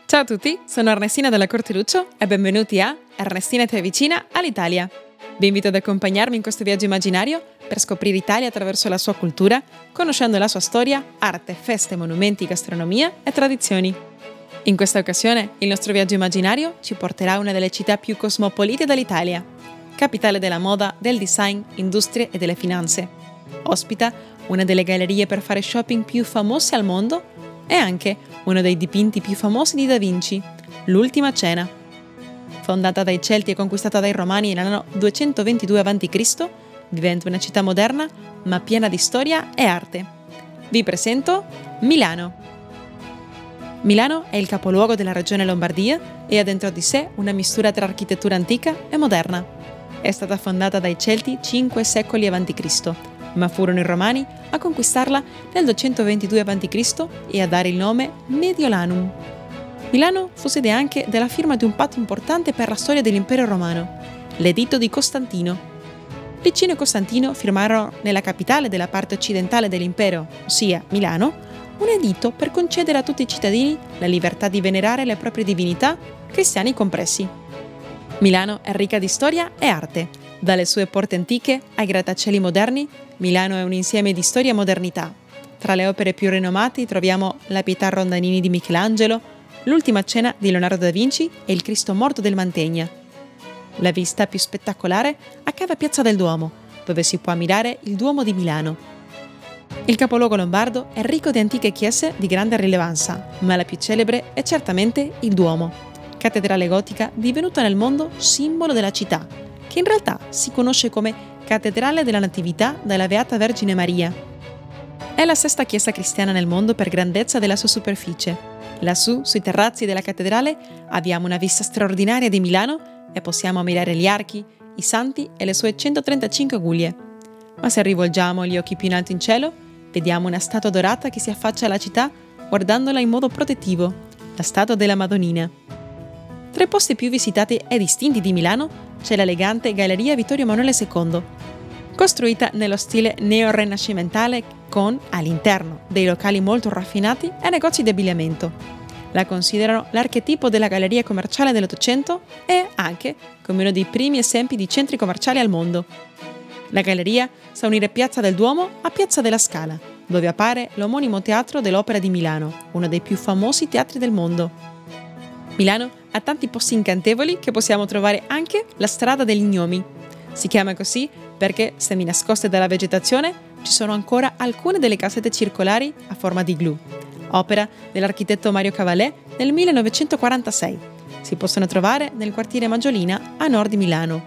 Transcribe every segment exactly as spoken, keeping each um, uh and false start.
Ciao a tutti, sono Ernestina della Corteluccio e benvenuti a Ernestina ti avvicina all'Italia. Vi invito ad accompagnarmi in questo viaggio immaginario per scoprire Italia attraverso la sua cultura, conoscendo la sua storia, arte, feste, monumenti, gastronomia e tradizioni. In questa occasione, il nostro viaggio immaginario ci porterà a una delle città più cosmopolite dell'Italia, capitale della moda, del design, industrie e delle finanze. Ospita una delle gallerie per fare shopping più famose al mondo e anche uno dei dipinti più famosi di Da Vinci, L'Ultima Cena. Fondata dai Celti e conquistata dai Romani nell'anno duecentoventidue avanti Cristo, diventa una città moderna ma piena di storia e arte. Vi presento Milano. Milano è il capoluogo della regione Lombardia e ha dentro di sé una mistura tra architettura antica e moderna. È stata fondata dai Celti cinque secoli avanti Cristo, ma furono i Romani a conquistarla nel duecentoventidue avanti Cristo e a dare il nome Mediolanum. Milano fu sede anche della firma di un patto importante per la storia dell'impero romano, l'Editto di Costantino. Licino e Costantino firmarono nella capitale della parte occidentale dell'impero, ossia Milano, un editto per concedere a tutti i cittadini la libertà di venerare le proprie divinità, cristiani compressi. Milano è ricca di storia e arte. Dalle sue porte antiche ai grattacieli moderni, Milano è un insieme di storia e modernità. Tra le opere più rinomate troviamo la Pietà Rondanini di Michelangelo, L'Ultima Cena di Leonardo da Vinci e il Cristo morto del Mantegna. La vista più spettacolare accade a Piazza del Duomo, dove si può ammirare il Duomo di Milano. Il capoluogo lombardo è ricco di antiche chiese di grande rilevanza, ma la più celebre è certamente il Duomo, cattedrale gotica divenuta nel mondo simbolo della città, che in realtà si conosce come Cattedrale della Natività della Beata Vergine Maria. È la sesta chiesa cristiana nel mondo per grandezza della sua superficie. Lassù, sui terrazzi della cattedrale, abbiamo una vista straordinaria di Milano e possiamo ammirare gli archi, i santi e le sue centotrentacinque guglie. Ma se rivolgiamo gli occhi più in alto in cielo, vediamo una statua dorata che si affaccia alla città guardandola in modo protettivo, la statua della Madonnina. Tra i posti più visitati e distinti di Milano c'è l'elegante Galleria Vittorio Emanuele secondo, costruita nello stile neo-rinascimentale con, all'interno, dei locali molto raffinati e negozi di abbigliamento. La considerano l'archetipo della galleria commerciale dell'Ottocento e anche come uno dei primi esempi di centri commerciali al mondo. La galleria sa unire Piazza del Duomo a Piazza della Scala, dove appare l'omonimo Teatro dell'Opera di Milano, uno dei più famosi teatri del mondo. Milano ha tanti posti incantevoli che possiamo trovare anche la strada degli gnomi. Si chiama così perché, semi nascoste dalla vegetazione, ci sono ancora alcune delle casette circolari a forma di glu, opera dell'architetto Mario Cavallè nel millenovecentoquarantasei. Si possono trovare nel quartiere Maggiolina a nord di Milano.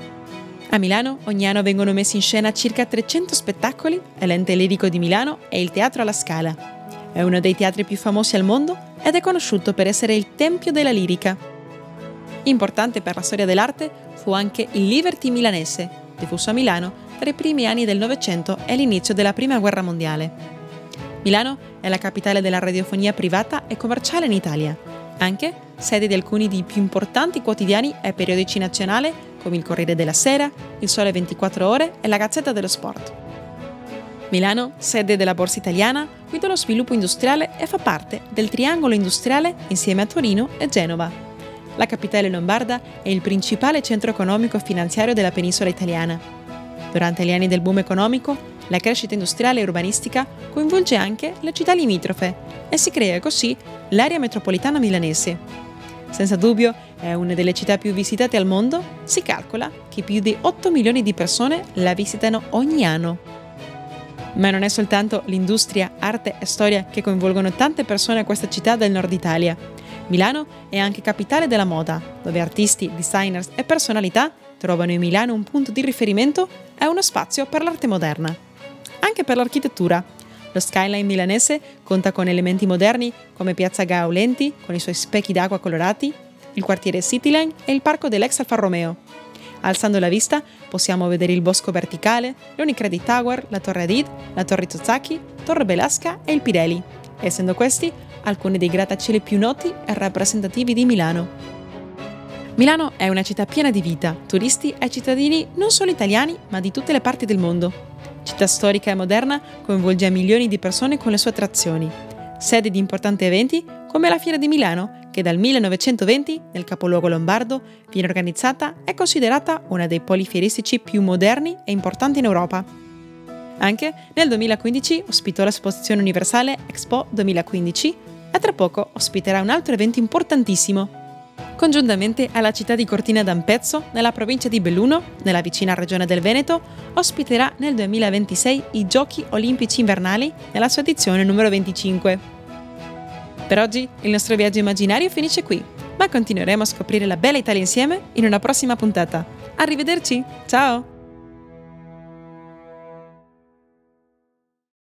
A Milano ogni anno vengono messi in scena circa trecento spettacoli e l'Ente Lirico di Milano è il Teatro alla Scala. È uno dei teatri più famosi al mondo ed è conosciuto per essere il tempio della lirica. Importante per la storia dell'arte fu anche il Liberty milanese, diffuso a Milano tra i primi anni del Novecento e l'inizio della Prima Guerra Mondiale. Milano è la capitale della radiofonia privata e commerciale in Italia, anche sede di alcuni dei più importanti quotidiani e periodici nazionali come il Corriere della Sera, il Sole ventiquattro Ore e la Gazzetta dello Sport. Milano, sede della Borsa Italiana, guida lo sviluppo industriale e fa parte del triangolo industriale insieme a Torino e Genova. La capitale lombarda è il principale centro economico e finanziario della penisola italiana. Durante gli anni del boom economico, la crescita industriale e urbanistica coinvolge anche le città limitrofe e si crea così l'area metropolitana milanese. Senza dubbio è una delle città più visitate al mondo, si calcola che più di otto milioni di persone la visitano ogni anno. Ma non è soltanto l'industria, arte e storia che coinvolgono tante persone a questa città del nord Italia. Milano è anche capitale della moda, dove artisti, designers e personalità trovano in Milano un punto di riferimento e uno spazio per l'arte moderna. Anche per l'architettura. Lo skyline milanese conta con elementi moderni come Piazza Gaulenti, con i suoi specchi d'acqua colorati, il quartiere Cityline e il parco dell'ex Alfa Romeo. Alzando la vista possiamo vedere il Bosco Verticale, l'Unicredit Tower, la Torre Adid, la Torre Tozzacchi, Torre Belasca e il Pirelli, essendo questi alcuni dei grattacieli più noti e rappresentativi di Milano. Milano è una città piena di vita, turisti e cittadini non solo italiani ma di tutte le parti del mondo. Città storica e moderna, coinvolge milioni di persone con le sue attrazioni. Sede di importanti eventi come la Fiera di Milano, che dal millenovecentoventi, nel capoluogo lombardo, viene organizzata e considerata uno dei poli fieristici più moderni e importanti in Europa. Anche nel duemilaquindici ospitò l'esposizione universale Expo duemilaquindici e tra poco ospiterà un altro evento importantissimo. Congiuntamente alla città di Cortina d'Ampezzo, nella provincia di Belluno, nella vicina regione del Veneto, ospiterà nel duemilaventisei i Giochi Olimpici Invernali nella sua edizione numero venticinque. Per oggi il nostro viaggio immaginario finisce qui, ma continueremo a scoprire la bella Italia insieme in una prossima puntata. Arrivederci, ciao!